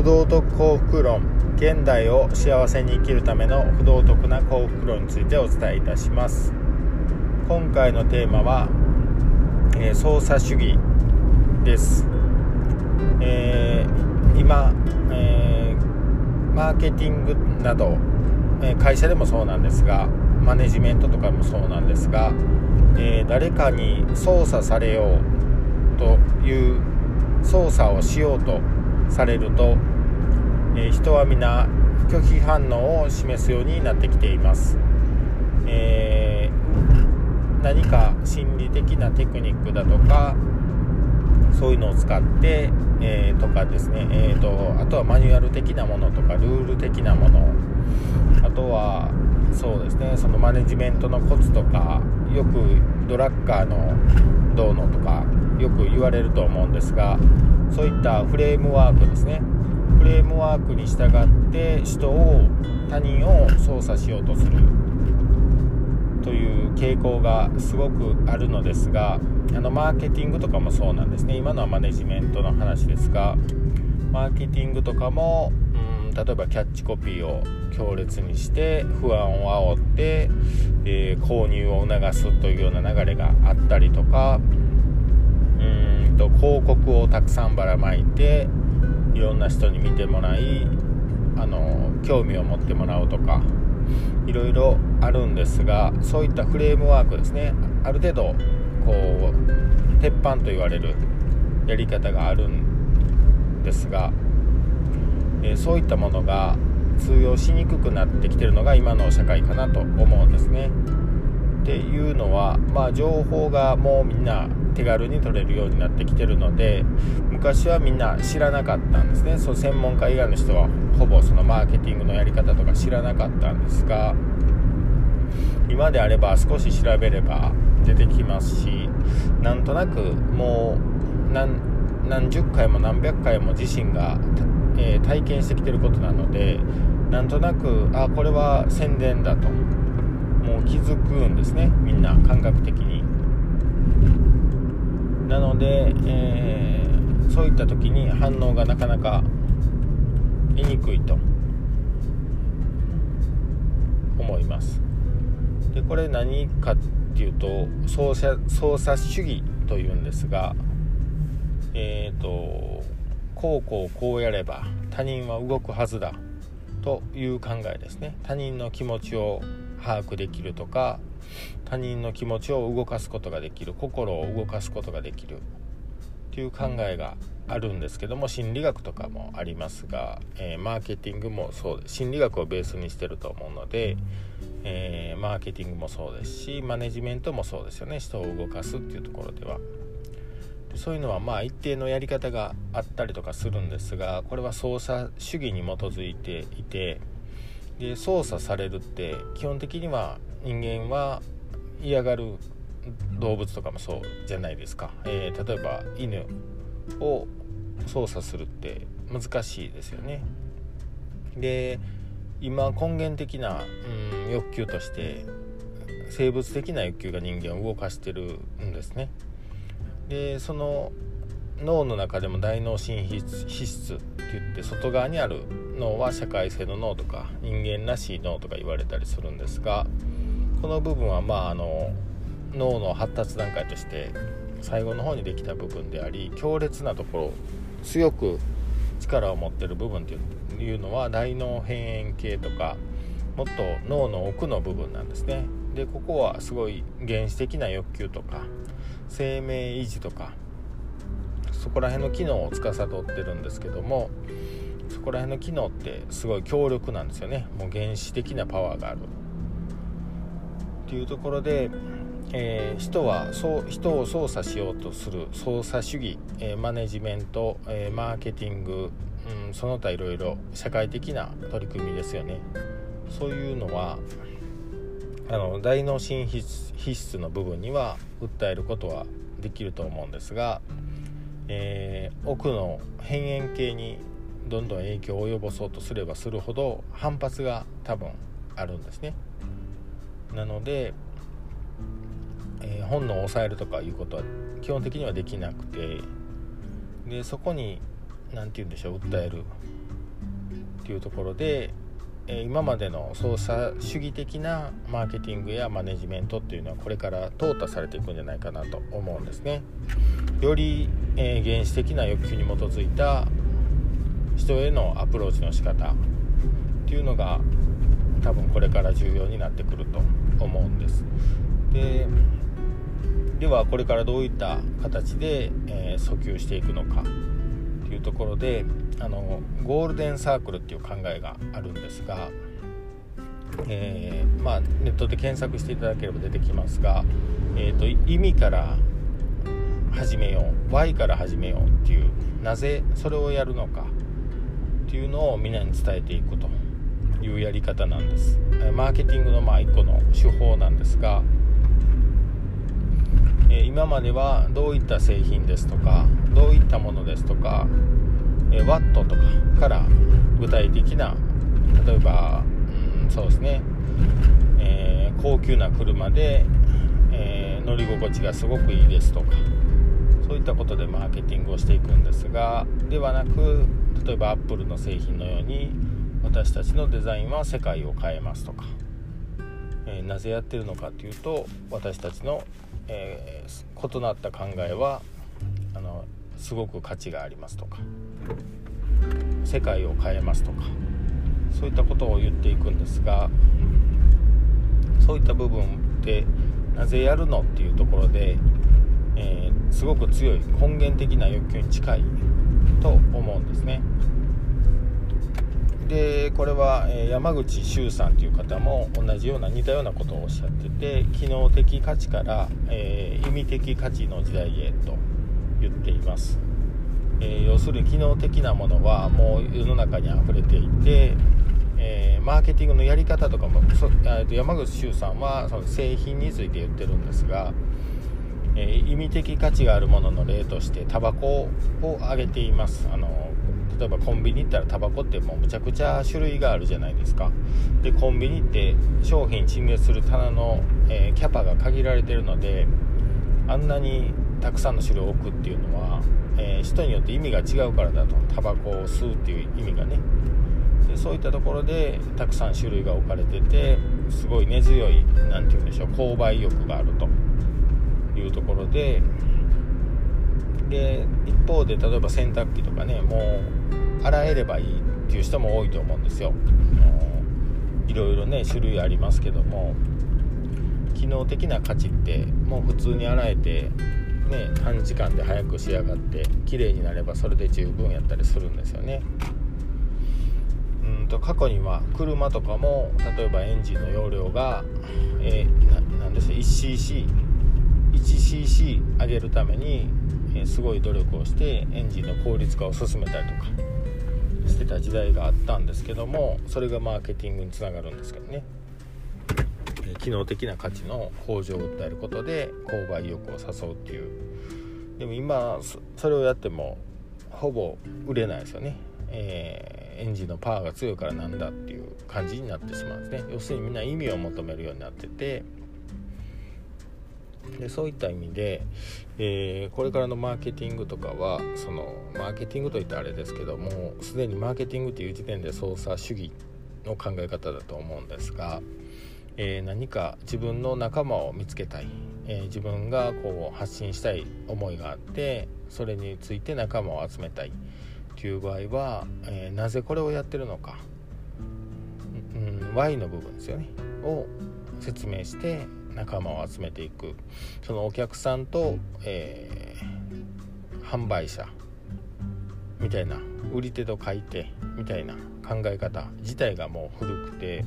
道徳幸福論、現代を幸せに生きるための不道徳な幸福論についてお伝えいたします。今回のテーマは、操作主義です。今、マーケティングなど、会社でもそうなんですが、マネジメントとかもそうなんですが、誰かに操作されようという操作をしようとされると、人は皆拒否反応を示すようになってきています。何か心理的なテクニックだとかそういうのを使って、とかですね、あとはマニュアル的なものとかルール的なもの、あとはそうですね、そのマネジメントのコツとか、よくドラッカーのどうのとかよく言われると思うんですが、そういったフレームワークですね、フレームワークに従って他人を操作しようとするという傾向がすごくあるのですが、マーケティングとかもそうなんですね。今のはマネジメントの話ですが、マーケティングとかも例えばキャッチコピーを強烈にして不安を煽って、購入を促すというような流れがあったりとか、広告をたくさんばらまいていろんな人に見てもらい、興味を持ってもらうとかいろいろあるんですが、そういったフレームワークですね、ある程度鉄板と言われるやり方があるんですが、そういったものが通用しにくくなってきているのが今の社会かなと思うんですね。っていうのは、情報がもうみんな手軽に取れるようになってきているので、昔はみんな知らなかったんですね。そう、専門家以外の人はほぼそのマーケティングのやり方とか知らなかったんですが、今であれば少し調べれば出てきますし、なんとなくもう何十回も何百回も自身が、体験してきてることなので、なんとなくこれは宣伝だともう気づくんですね、みんな感覚的に。なので、そういった時に反応がなかなか得にくいと思います。でこれ何かっていうと、操作主義というんですが、こうやれば他人は動くはずだという考えですね。他人の気持ちを把握できるとか、他人の気持ちを動かすことができる、心を動かすことができるという考えがあるんですけども、心理学とかもありますが、マーケティングもそうです。心理学をベースにしてると思うので、マーケティングもそうですし、マネジメントもそうですよね。人を動かすっていうところでは、そういうのは一定のやり方があったりとかするんですが、これは操作主義に基づいていて、で操作されるって基本的には人間は嫌がる動物とかもそうじゃないですか。例えば犬を操作するって難しいですよね。で今根源的な、欲求として生物的な欲求が人間を動かしてるんですね。でその脳の中でも大脳新皮質って言って、外側にある脳は社会性の脳とか人間らしい脳とか言われたりするんですが、この部分は脳の発達段階として最後の方にできた部分であり、強烈なところ、強く力を持っている部分っていうのは大脳辺縁系とか、もっと脳の奥の部分なんですね。でここはすごい原始的な欲求とか生命維持とか、そこら辺の機能を司ってるんですけども、そこら辺の機能ってすごい強力なんですよね。もう原始的なパワーがあるっていうところで、人を操作しようとする操作主義、マネジメント、マーケティング、その他いろいろ社会的な取り組みですよね。そういうのは大脳新皮質の部分には訴えることはできると思うんですが、奥の辺縁系にどんどん影響を及ぼそうとすればするほど反発が多分あるんですね。なので、本能を抑えるとかいうことは基本的にはできなくて、でそこに何て言うんでしょう、訴えるっていうところで、今までの操作主義的なマーケティングやマネジメントっていうのはこれから淘汰されていくんじゃないかなと思うんですね。より、原始的な欲求に基づいた人へのアプローチの仕方っていうのが多分これから重要になってくると思うんです。ではこれからどういった形で、訴求していくのかっていうところでゴールデンサークルっていう考えがあるんですが、ネットで検索していただければ出てきますが、意味から始めよう Y から始めようっていうなぜそれをやるのかっていうのをみんなに伝えていくというやり方なんです。マーケティングの一個の手法なんですが、今まではどういった製品ですとかどういったものですとかワットとかから具体的な例えば、そうですね、高級な車で、乗り心地がすごくいいですとかそういったことでマーケティングをしていくんですが、ではなく例えばアップルの製品のように私たちのデザインは世界を変えますとか、なぜやってるのかというと私たちの、異なった考えはすごく価値がありますとか世界を変えますとかそういったことを言っていくんですが、そういった部分でなぜやるのっていうところで、すごく強い根源的な欲求に近いと思うんですね。でこれは、山口周さんという方も同じような似たようなことをおっしゃってて、機能的価値から、意味的価値の時代へと言っています。要するに機能的なものはもう世の中にあふれていて、マーケティングのやり方とかも山口周さんはその製品について言ってるんですが、意味的価値があるものの例としてタバコを挙げています。例えばコンビニ行ったらタバコってもうむちゃくちゃ種類があるじゃないですか。でコンビニって商品陳列する棚の、キャパが限られているのであんなにたくさんの種類を置くっていうのは、人によって意味が違うからだと。タバコを吸うっていう意味がね。でそういったところでたくさん種類が置かれててすごい根強いなんていうんでしょう購買欲があるというところで、一方で例えば洗濯機とかねもう洗えればいいっていう人も多いと思うんですよ。いろいろね種類ありますけども機能的な価値ってもう普通に洗えてね短時間で早く仕上がって綺麗になればそれで十分やったりするんですよね。過去には車とかも例えばエンジンの容量が、なんです 1cc 上げるために、すごい努力をしてエンジンの効率化を進めたりとかしてた時代があったんですけども、それがマーケティングにつながるんですけどね。機能的な価値の向上を訴えることで購買意欲を誘うっていう。でも今それをやってもほぼ売れないですよね。エンジンのパワーが強いからなんだっていう感じになってしまうんですね。要するにみんな意味を求めるようになってて、でそういった意味で、これからのマーケティングとかはそのマーケティングといったらあれですけどもすでにマーケティングという時点で操作主義の考え方だと思うんですが、何か自分の仲間を見つけたい、自分がこう発信したい思いがあってそれについて仲間を集めたいという場合は、なぜこれをやってるのか、Y の部分ですよねを説明して仲間を集めていく。そのお客さんと、販売者みたいな売り手と買い手みたいな考え方自体がもう古くて、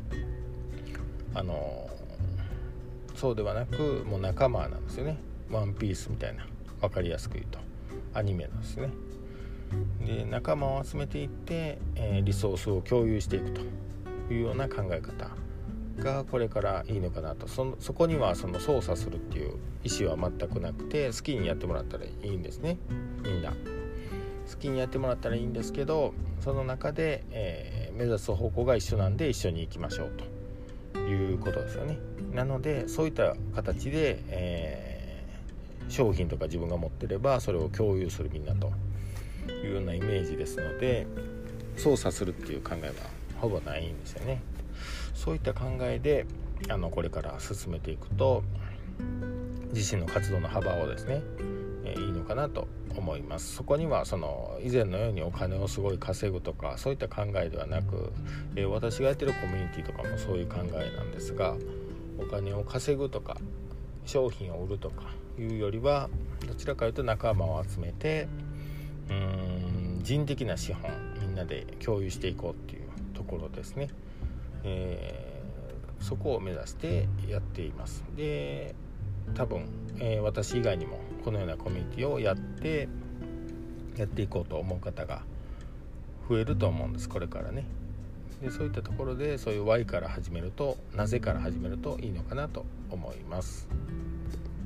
そうではなくもう仲間なんですよね。ワンピースみたいな分かりやすく言うとアニメなんですね。で仲間を集めていって、リソースを共有していくというような考え方がこれからいいのかなと。そこにはその操作するっていう意思は全くなくて好きにやってもらったらいいんですね。みんな好きにやってもらったらいいんですけどその中で、目指す方向が一緒なんで一緒に行きましょうということですよね。なのでそういった形で、商品とか自分が持ってればそれを共有するみんなというようなイメージですので、 操作するっていう考えはほぼないんですよね。そういった考えでこれから進めていくと自身の活動の幅をですね、いいのかなと思います。そこには以前のようにお金をすごい稼ぐとかそういった考えではなく、私がやってるコミュニティとかもそういう考えなんですが、お金を稼ぐとか商品を売るとかいうよりはどちらかというと仲間を集めて人的な資本みんなで共有していこうっていうところですね、そこを目指してやっています。で多分、私以外にもこのようなコミュニティをやっていこうと思う方が増えると思うんです、これからね。でそういったところでそういう Y から始めるとなぜから始めるといいのかなと思います。